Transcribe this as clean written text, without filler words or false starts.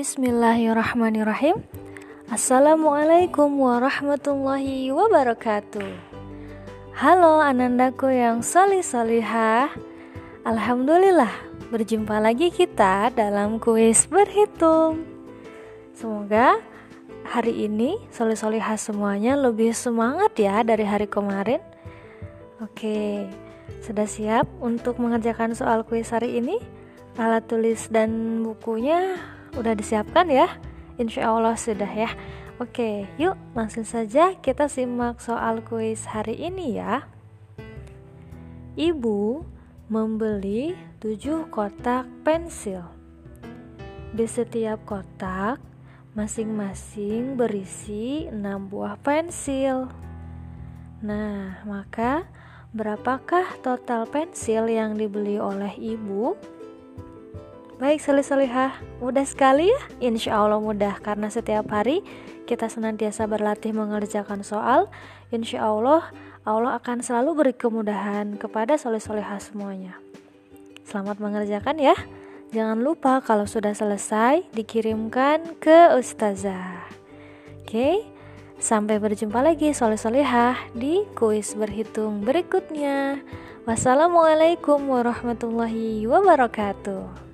Bismillahirrahmanirrahim. Assalamualaikum warahmatullahi wabarakatuh. Halo anandaku yang solih-solihah. Alhamdulillah, berjumpa lagi kita dalam kuis berhitung. Semoga hari ini solih-solihah semuanya lebih semangat ya dari hari kemarin. Oke, sudah siap untuk mengerjakan soal kuis hari ini? Alat tulis dan bukunya udah disiapkan ya? Insya Allah sudah ya. Oke, yuk langsung saja kita simak soal kuis hari ini ya. Ibu membeli 7 kotak pensil. Di setiap kotak masing-masing berisi 6 buah pensil. Nah, maka berapakah total pensil yang dibeli oleh ibu? Baik solih-solihah, mudah sekali ya? Insya Allah mudah, karena setiap hari kita senantiasa berlatih mengerjakan soal. Insya Allah, Allah akan selalu beri kemudahan kepada solih-solihah semuanya. Selamat mengerjakan ya. Jangan lupa kalau sudah selesai dikirimkan ke Ustazah. Oke, sampai berjumpa lagi solih-solihah di kuis berhitung berikutnya. Wassalamualaikum warahmatullahi wabarakatuh.